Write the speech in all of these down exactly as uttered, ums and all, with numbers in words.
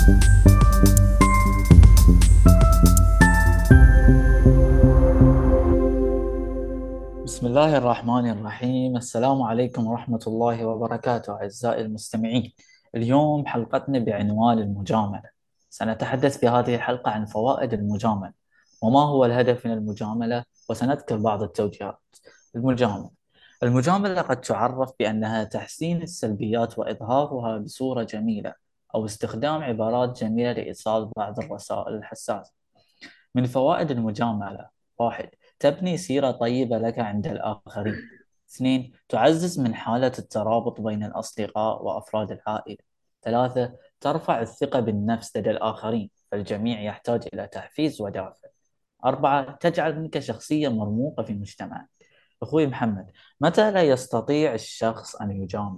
بسم الله الرحمن الرحيم. السلام عليكم ورحمة الله وبركاته أعزائي المستمعين. اليوم حلقتنا بعنوان المجاملة. سنتحدث في هذه الحلقة عن فوائد المجاملة وما هو الهدف من المجاملة، وسنذكر بعض التوجيهات. المجاملة المجاملة قد تعرف بأنها تحسين السلبيات وإظهارها بصورة جميلة، أو استخدام عبارات جميلة لإيصال بعض الرسائل الحساسة. من فوائد المجاملة: واحد، تبني سيرة طيبة لك عند الآخرين. اثنين، تعزز من حالة الترابط بين الأصدقاء وأفراد العائلة. ثلاثة، ترفع الثقة بالنفس لدى الآخرين، فالجميع يحتاج إلى تحفيز ودافع. أربعة، تجعل منك شخصية مرموقة في مجتمعك. أخوي محمد، متى لا يستطيع الشخص أن يجامل؟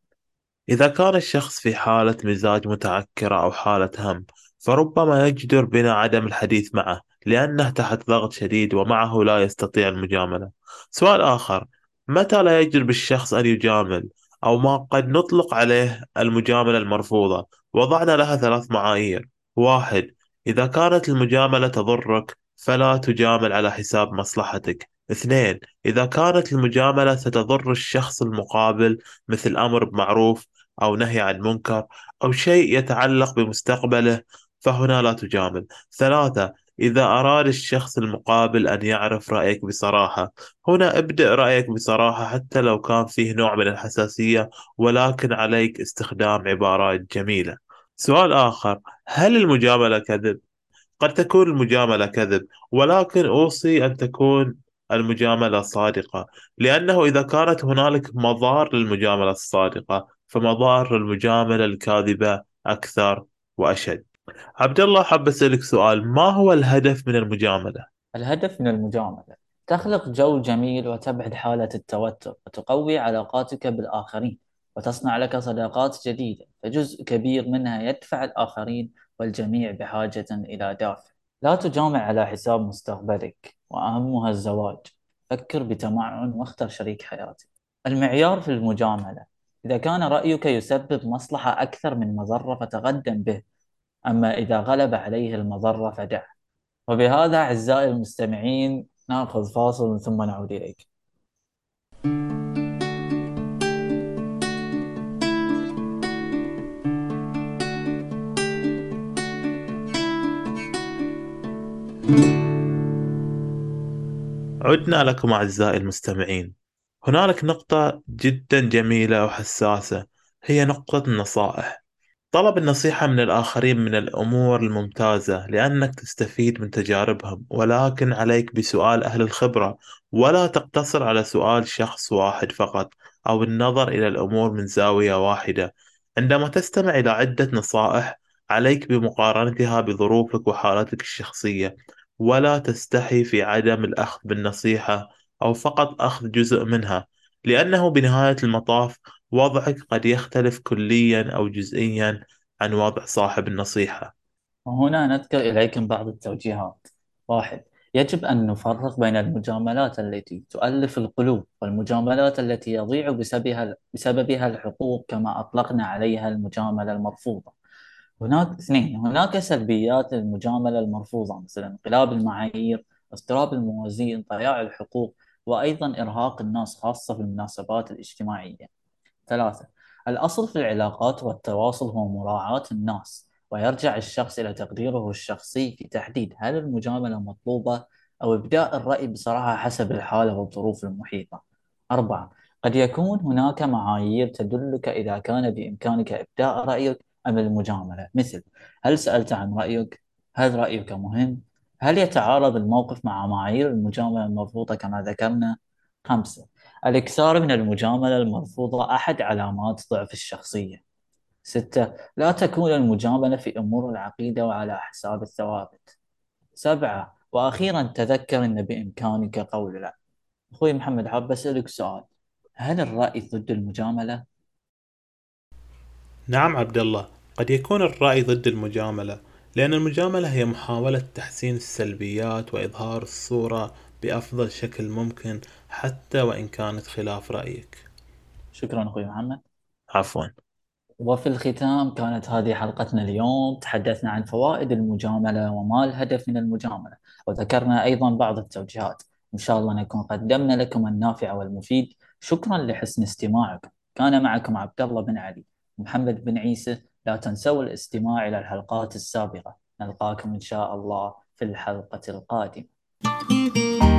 إذا كان الشخص في حالة مزاج متعكرة أو حالة هم، فربما يجدر بنا عدم الحديث معه لأنه تحت ضغط شديد ومعه لا يستطيع المجاملة. سؤال آخر: متى لا يجدر بالشخص أن يجامل، أو ما قد نطلق عليه المجاملة المرفوضة؟ وضعنا لها ثلاث معايير. واحد: إذا كانت المجاملة تضرك فلا تجامل على حساب مصلحتك. اثنين: إذا كانت المجاملة ستضر الشخص المقابل، مثل أمر بمعروف أو نهي عن منكر أو شيء يتعلق بمستقبله، فهنا لا تجامل. ثلاثة: إذا أراد الشخص المقابل أن يعرف رأيك بصراحة، هنا ابدأ رأيك بصراحة حتى لو كان فيه نوع من الحساسية، ولكن عليك استخدام عبارات جميلة. سؤال آخر: هل المجاملة كذب؟ قد تكون المجاملة كذب، ولكن أوصي أن تكون المجاملة صادقة، لأنه إذا كانت هنالك مضار للمجاملة الصادقة، فمضار المجاملة الكاذبة أكثر وأشد. عبد الله، حاب أسألك سؤال: ما هو الهدف من المجاملة؟ الهدف من المجاملة: تخلق جو جميل وتبعد حالة التوتر، وتقوي علاقاتك بالآخرين، وتصنع لك صداقات جديدة، فجزء كبير منها يدفع الآخرين والجميع بحاجة إلى دافع. لا تجامل على حساب مستقبلك، وأهمها الزواج. فكر بتمعن واختر شريك حياتك. المعيار في المجاملة: إذا كان رأيك يسبب مصلحة أكثر من مضرة فتقدم به، أما إذا غلب عليه المضرة فدعه. وبهذا أعزائي المستمعين نأخذ فاصل ثم نعود إليك. عدنا لكم أعزائي المستمعين. هنالك نقطة جدا جميلة وحساسة، هي نقطة النصائح. طلب النصيحة من الآخرين من الأمور الممتازة لأنك تستفيد من تجاربهم، ولكن عليك بسؤال أهل الخبرة، ولا تقتصر على سؤال شخص واحد فقط، أو النظر إلى الأمور من زاوية واحدة. عندما تستمع إلى عدة نصائح، عليك بمقارنتها بظروفك وحالتك الشخصية، ولا تستحي في عدم الأخذ بالنصيحة أو فقط أخذ جزء منها، لأنه بنهاية المطاف وضعك قد يختلف كليا أو جزئيا عن وضع صاحب النصيحة. وهنا نذكر إليكم بعض التوجيهات. واحد، يجب أن نفرق بين المجاملات التي تؤلف القلوب والمجاملات التي يضيع بسببها بسببها الحقوق، كما أطلقنا عليها المجاملة المرفوضة. هناك اثنين، هناك سلبيات المجاملة المرفوضة، مثل انقلاب المعايير، اضطراب الموازين، ضياع الحقوق، وأيضا إرهاق الناس خاصة في المناسبات الاجتماعية. ثلاثة، الأصل في العلاقات والتواصل هو مراعاة الناس، ويرجع الشخص إلى تقديره الشخصي في تحديد هل المجاملة مطلوبة أو إبداء الرأي بصراحة حسب الحالة والظروف المحيطة. أربعة، قد يكون هناك معايير تدلك إذا كان بإمكانك إبداء رأيك أم المجاملة، مثل: هل سألت عن رأيك؟ هل رأيك مهم؟ هل يتعارض الموقف مع معايير المجاملة المرفوضة كما ذكرنا؟ خمسة، الإكثار من المجاملة المرفوضة أحد علامات ضعف الشخصية. ستة، لا تكون المجاملة في أمور العقيدة وعلى حساب الثوابت. سبعة وأخيرا، تذكر أن بإمكانك قول لا. أخوي محمد، حاب أسألك سؤال: هل الرأي ضد المجاملة؟ نعم عبد الله، قد يكون الرأي ضد المجاملة، لأن المجاملة هي محاولة تحسين السلبيات وإظهار الصورة بأفضل شكل ممكن، حتى وإن كانت خلاف رأيك. شكرا أخوي محمد. عفوا. وفي الختام، كانت هذه حلقتنا اليوم. تحدثنا عن فوائد المجاملة وما الهدف من المجاملة، وذكرنا أيضا بعض التوجيهات. إن شاء الله نكون قدمنا لكم النافع والمفيد. شكرا لحسن استماعكم. كان معكم عبد الله بن علي، محمد بن عيسى. لا تنسوا الاستماع إلى الحلقات السابقة. نلقاكم إن شاء الله في الحلقة القادمة.